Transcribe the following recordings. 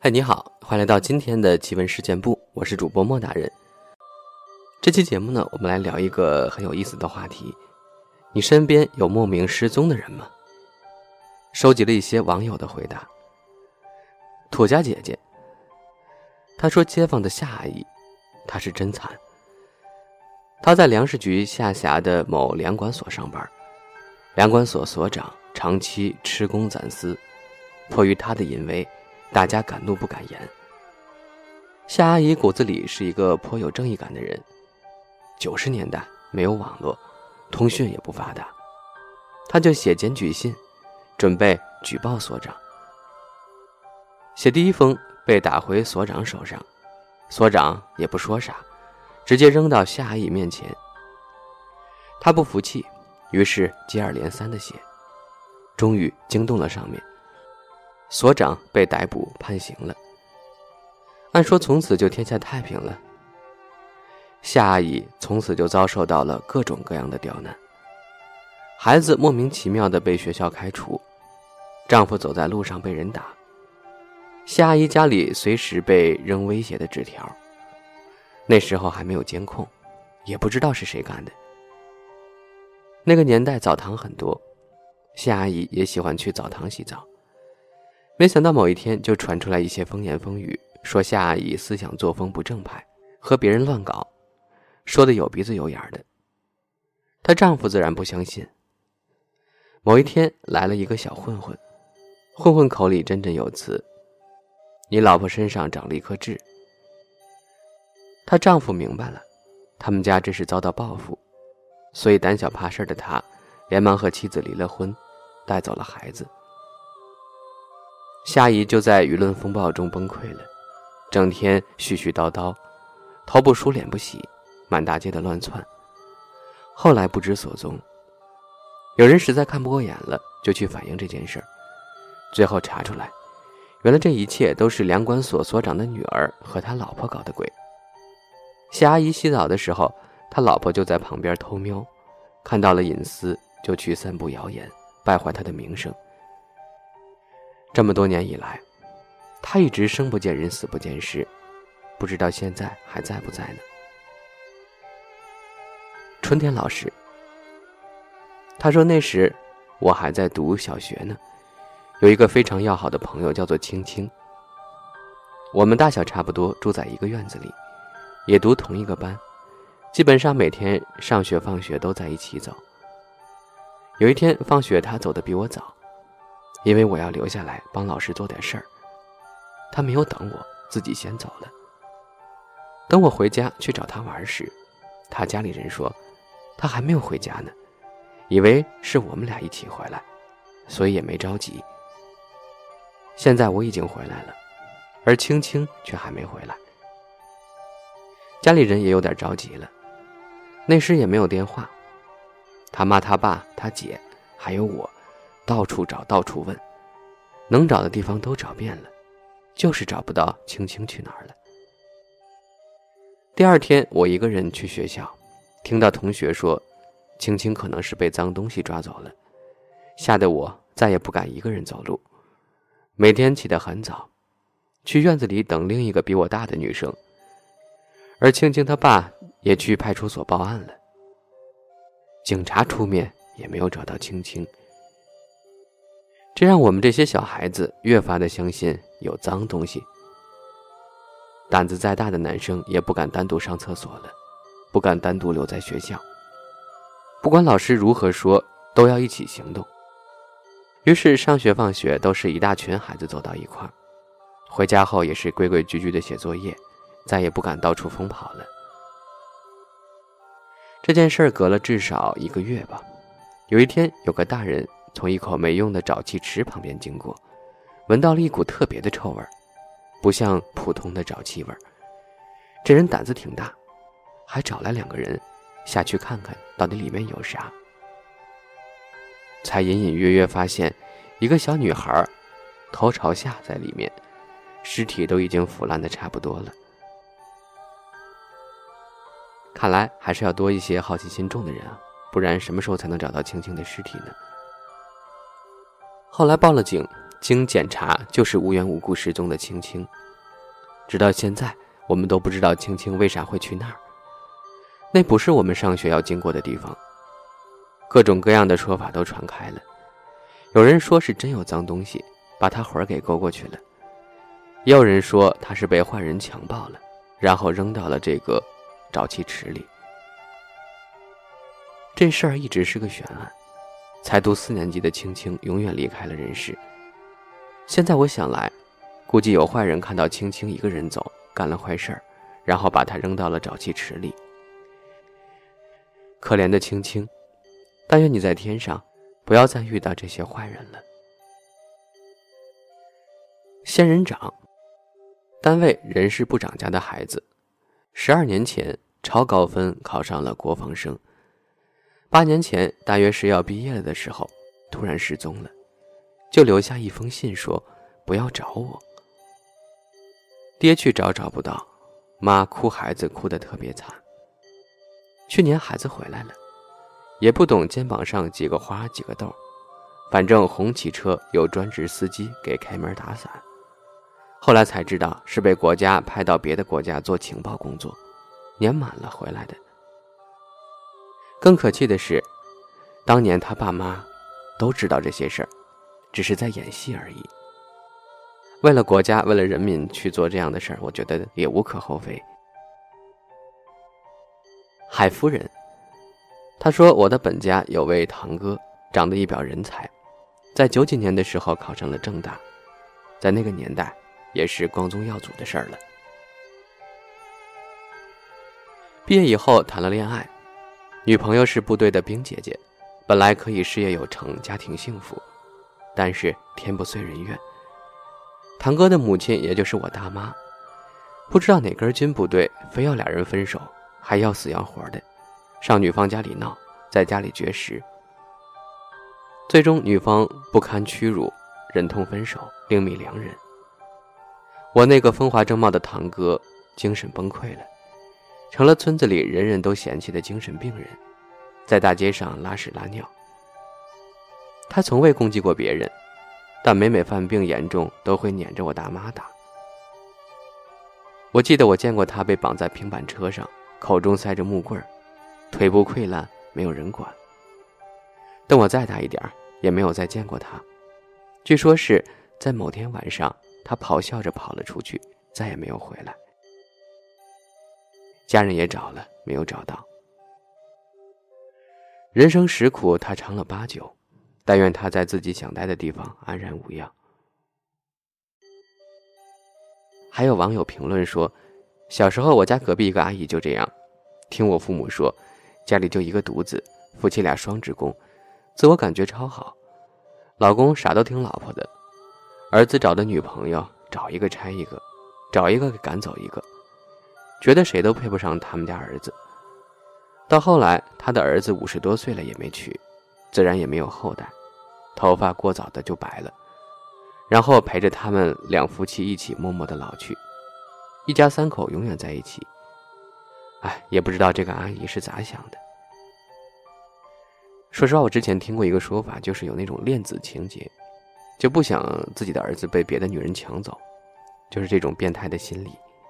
嗨，你好，欢迎来到今天的奇闻事件部，我是主播莫大人。这期节目呢，我们来聊一个很有意思的话题。你身边有莫名失踪的人吗？收集了一些网友的回答。土家姐姐，她说街坊的夏阿姨，她是真惨。她在粮食局下辖的某粮管所上班，粮管所所长长期吃公攒私，迫于她的淫威，大家敢怒不敢言。夏阿姨骨子里是一个颇有正义感的人。90年代没有网络，通讯也不发达，她就写检举信，准备举报所长。写第一封被打回所长手上，所长也不说啥，直接扔到夏阿姨面前。她不服气，于是接二连三的写，终于惊动了上面。所长被逮捕判刑了，按说从此就天下太平了。夏阿姨从此就遭受到了各种各样的刁难，孩子莫名其妙的被学校开除，丈夫走在路上被人打，夏阿姨家里随时被扔威胁的纸条。那时候还没有监控，也不知道是谁干的。那个年代澡堂很多，夏阿姨也喜欢去澡堂洗澡。没想到某一天就传出来一些风言风语，说夏阿姨思想作风不正派，和别人乱搞，说的有鼻子有眼的。她丈夫自然不相信。某一天来了一个小混混，混混口里振振有词，你老婆身上长了一颗痣。她丈夫明白了，他们家这是遭到报复，所以胆小怕事的他连忙和妻子离了婚，带走了孩子。夏阿姨就在舆论风暴中崩溃了，整天絮絮叨叨，头不梳脸不洗，满大街的乱窜。后来不知所踪，有人实在看不过眼了，就去反映这件事儿。最后查出来，原来这一切都是粮管所所长的女儿和他老婆搞的鬼。夏阿姨洗澡的时候，他老婆就在旁边偷瞄，看到了隐私就去散布谣言，败坏他的名声。这么多年以来，他一直生不见人死不见尸，不知道现在还在不在呢。春天老师，他说那时我还在读小学呢，有一个非常要好的朋友叫做青青，我们大小差不多，住在一个院子里，也读同一个班，基本上每天上学放学都在一起走。有一天放学他走得比我早，因为我要留下来帮老师做点事儿，他没有等我，自己先走了。等我回家去找他玩时，他家里人说他还没有回家呢，以为是我们俩一起回来，所以也没着急。现在我已经回来了，而青青却还没回来。家里人也有点着急了，那时也没有电话，他妈他爸他姐还有我到处找到处问，能找的地方都找遍了，就是找不到青青去哪儿了。第二天我一个人去学校，听到同学说青青可能是被脏东西抓走了，吓得我再也不敢一个人走路，每天起得很早，去院子里等另一个比我大的女生，而青青她爸也去派出所报案了，警察出面也没有找到青青。这让我们这些小孩子越发的相信有脏东西。胆子再大的男生也不敢单独上厕所了，不敢单独留在学校，不管老师如何说，都要一起行动。于是上学放学都是一大群孩子走到一块儿，回家后也是规规矩矩的写作业，再也不敢到处疯跑了。这件事儿隔了至少1个月吧。有一天有个大人从一口没用的沼气池旁边经过，闻到了一股特别的臭味，不像普通的沼气味。这人胆子挺大，还找来2个人下去看看到底里面有啥，才隐隐约约发现一个小女孩头朝下在里面，尸体都已经腐烂的差不多了。看来还是要多一些好奇心重的人啊，不然什么时候才能找到青青的尸体呢？后来报了警， 经检查就是无缘无故失踪的青青。直到现在，我们都不知道青青为啥会去那儿。那不是我们上学要经过的地方。各种各样的说法都传开了，有人说是真有脏东西把他魂儿给勾过去了，也有人说他是被坏人强暴了，然后扔到了这个沼气池里。这事儿一直是个悬案，才读4年级的青青永远离开了人世。现在我想来，估计有坏人看到青青一个人走，干了坏事儿，然后把他扔到了沼气池里。可怜的青青，但愿你在天上不要再遇到这些坏人了。仙人掌，单位人事部长家的孩子，12年前超高分考上了国防生，8年前大约是要毕业了的时候，突然失踪了，就留下一封信说不要找我。爹去找不到，妈哭孩子哭得特别惨。去年孩子回来了，也不懂肩膀上几个花几个豆，反正红旗车有专职司机给开门打伞。后来才知道是被国家派到别的国家做情报工作，年满了回来的。更可气的是，当年他爸妈都知道这些事儿，只是在演戏而已。为了国家，为了人民去做这样的事儿，我觉得也无可厚非。海夫人，她说我的本家有位堂哥，长得一表人才，在90几年的时候考上了政大，在那个年代也是光宗耀祖的事儿了。毕业以后谈了恋爱，女朋友是部队的兵姐姐，本来可以事业有成，家庭幸福，但是天不遂人愿。堂哥的母亲也就是我大妈，不知道哪根筋不对，非要俩人分手，还要死要活的，上女方家里闹，在家里绝食。最终女方不堪屈辱，忍痛分手，另觅良人。我那个风华正茂的堂哥精神崩溃了，成了村子里人人都嫌弃的精神病人，在大街上拉屎拉尿。他从未攻击过别人，但每犯病严重都会撵着我大妈打。我记得我见过他被绑在平板车上，口中塞着木棍，腿部溃烂，没有人管。等我再大一点，也没有再见过他。据说是在某天晚上，他咆哮着跑了出去，再也没有回来。家人也找了，没有找到。人生实苦，他尝了8九，但愿他在自己想待的地方安然无恙。还有网友评论说，小时候我家隔壁一个阿姨就这样，听我父母说，家里就一个独子，夫妻俩双职工，自我感觉超好，老公啥都听老婆的，儿子找的女朋友找一个拆一个，找一个给赶走一个，觉得谁都配不上他们家儿子。到后来他的儿子50多岁了也没娶，自然也没有后代，头发过早的就白了，然后陪着他们两夫妻一起默默的老去，一家3口永远在一起。也不知道这个阿姨是咋想的。说实话，我之前听过一个说法，就是有那种恋子情节，就不想自己的儿子被别的女人抢走，就是这种变态的心理。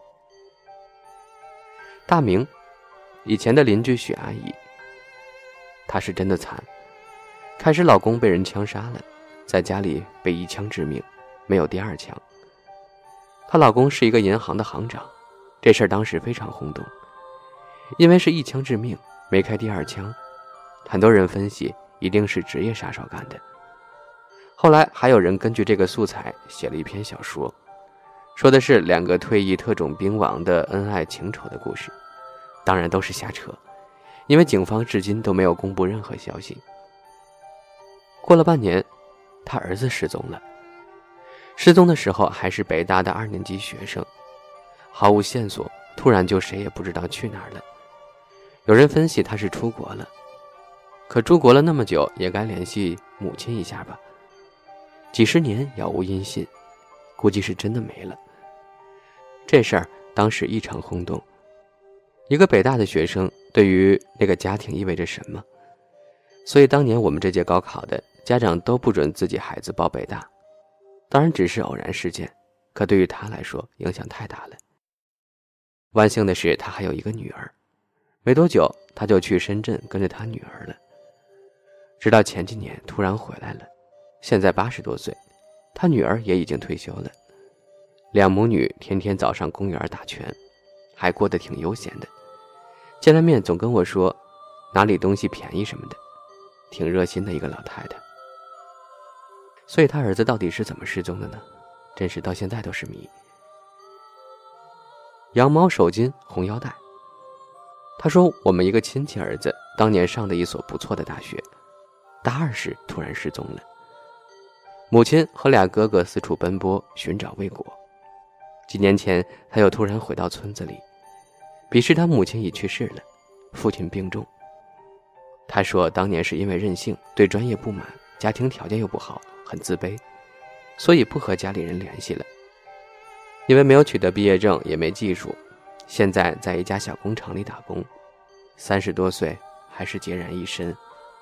大明，以前的邻居许阿姨，她是真的惨，开始老公被人枪杀了，在家里被1枪致命，没有第2枪。她老公是一个银行的行长，这事儿当时非常轰动，因为是1枪致命，没开第2枪，很多人分析一定是职业杀手干的。后来还有人根据这个素材写了一篇小说，说的是2个退役特种兵王的恩爱情仇的故事，当然都是瞎扯，因为警方至今都没有公布任何消息。过了半年，他儿子失踪了，失踪的时候还是北大的2年级学生，毫无线索，突然就谁也不知道去哪儿了。有人分析他是出国了，可出国了那么久，也该联系母亲一下吧。几10年杳无音信，估计是真的没了。这事儿当时异常轰动，一个北大的学生对于那个家庭意味着什么？所以当年我们这届高考的家长都不准自己孩子报北大， 当然只是偶然事件，可对于他来说影响太大了。万幸的是，他还有一个女儿，没多久他就去深圳跟着他女儿了。直到前几年突然回来了，现在80多岁，他女儿也已经退休了。两母女天天早上公园打拳，还过得挺悠闲的。见了面总跟我说哪里东西便宜什么的，挺热心的一个老太太。所以他儿子到底是怎么失踪的呢？真是到现在都是谜。羊毛手巾红腰带，他说我们一个亲戚儿子当年上的一所不错的大学，大2时突然失踪了，母亲和俩哥哥四处奔波寻找未果。几年前他又突然回到村子里，彼时他母亲已去世了，父亲病重。他说当年是因为任性，对专业不满，家庭条件又不好，很自卑，所以不和家里人联系了。因为没有取得毕业证，也没技术，现在在一家小工厂里打工，30多岁还是孑然一身。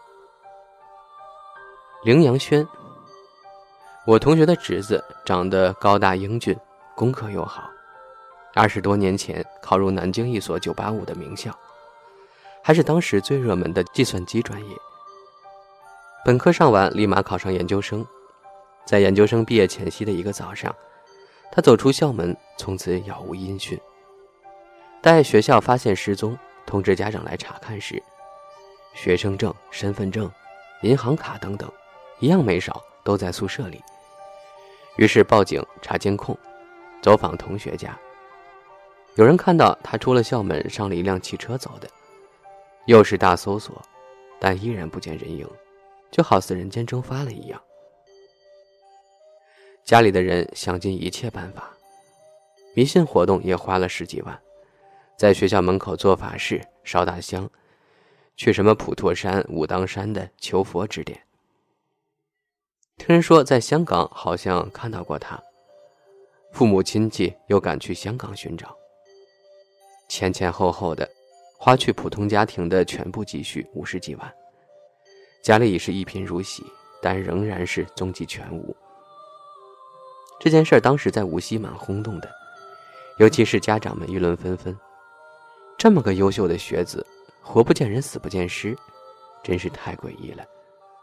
羚羊轩，我同学的侄子长得高大英俊，功课又好，20多年前考入南京一所985的名校，还是当时最热门的计算机专业。本科上完立马考上研究生，在研究生毕业前夕的一个早上，他走出校门，从此杳无音讯。待学校发现失踪，通知家长来查看时，学生证、身份证、银行卡等等一样没少，都在宿舍里。于是报警查监控，走访同学家，有人看到他出了校门，上了一辆汽车走的。又是大搜索，但依然不见人影，就好似人间蒸发了一样。家里的人想尽一切办法，迷信活动也花了10几万，在学校门口做法事、烧大香，去什么普陀山、武当山的求佛指点。听人说在香港好像看到过他，父母亲戚又赶去香港寻找，前前后后的花去普通家庭的全部积蓄50几万，家里已是一贫如洗，但仍然是踪迹全无。这件事当时在无锡蛮轰动的，尤其是家长们议论纷纷，这么个优秀的学子，活不见人死不见尸，真是太诡异了。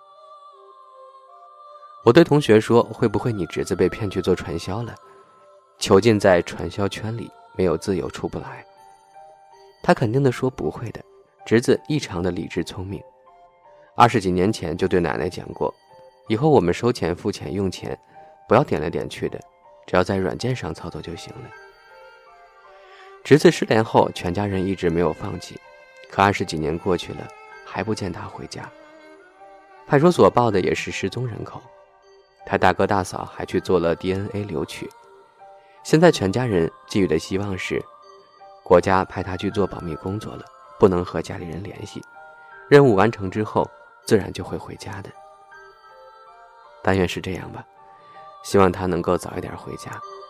我对同学说，会不会你侄子被骗去做传销了，囚禁在传销圈里，没有自由出不来？他肯定地说不会的，侄子异常的理智聪明，20几年前就对奶奶讲过，以后我们收钱付钱用钱不要点来点去的，只要在软件上操作就行了。侄子失联后，全家人一直没有放弃，可20几年过去了，还不见他回家。派出所报的也是失踪人口，他大哥大嫂还去做了 DNA 留取。现在全家人寄予的希望是，国家派他去做保密工作了，不能和家里人联系，任务完成之后自然就会回家的。但愿是这样吧，希望他能够早一点回家，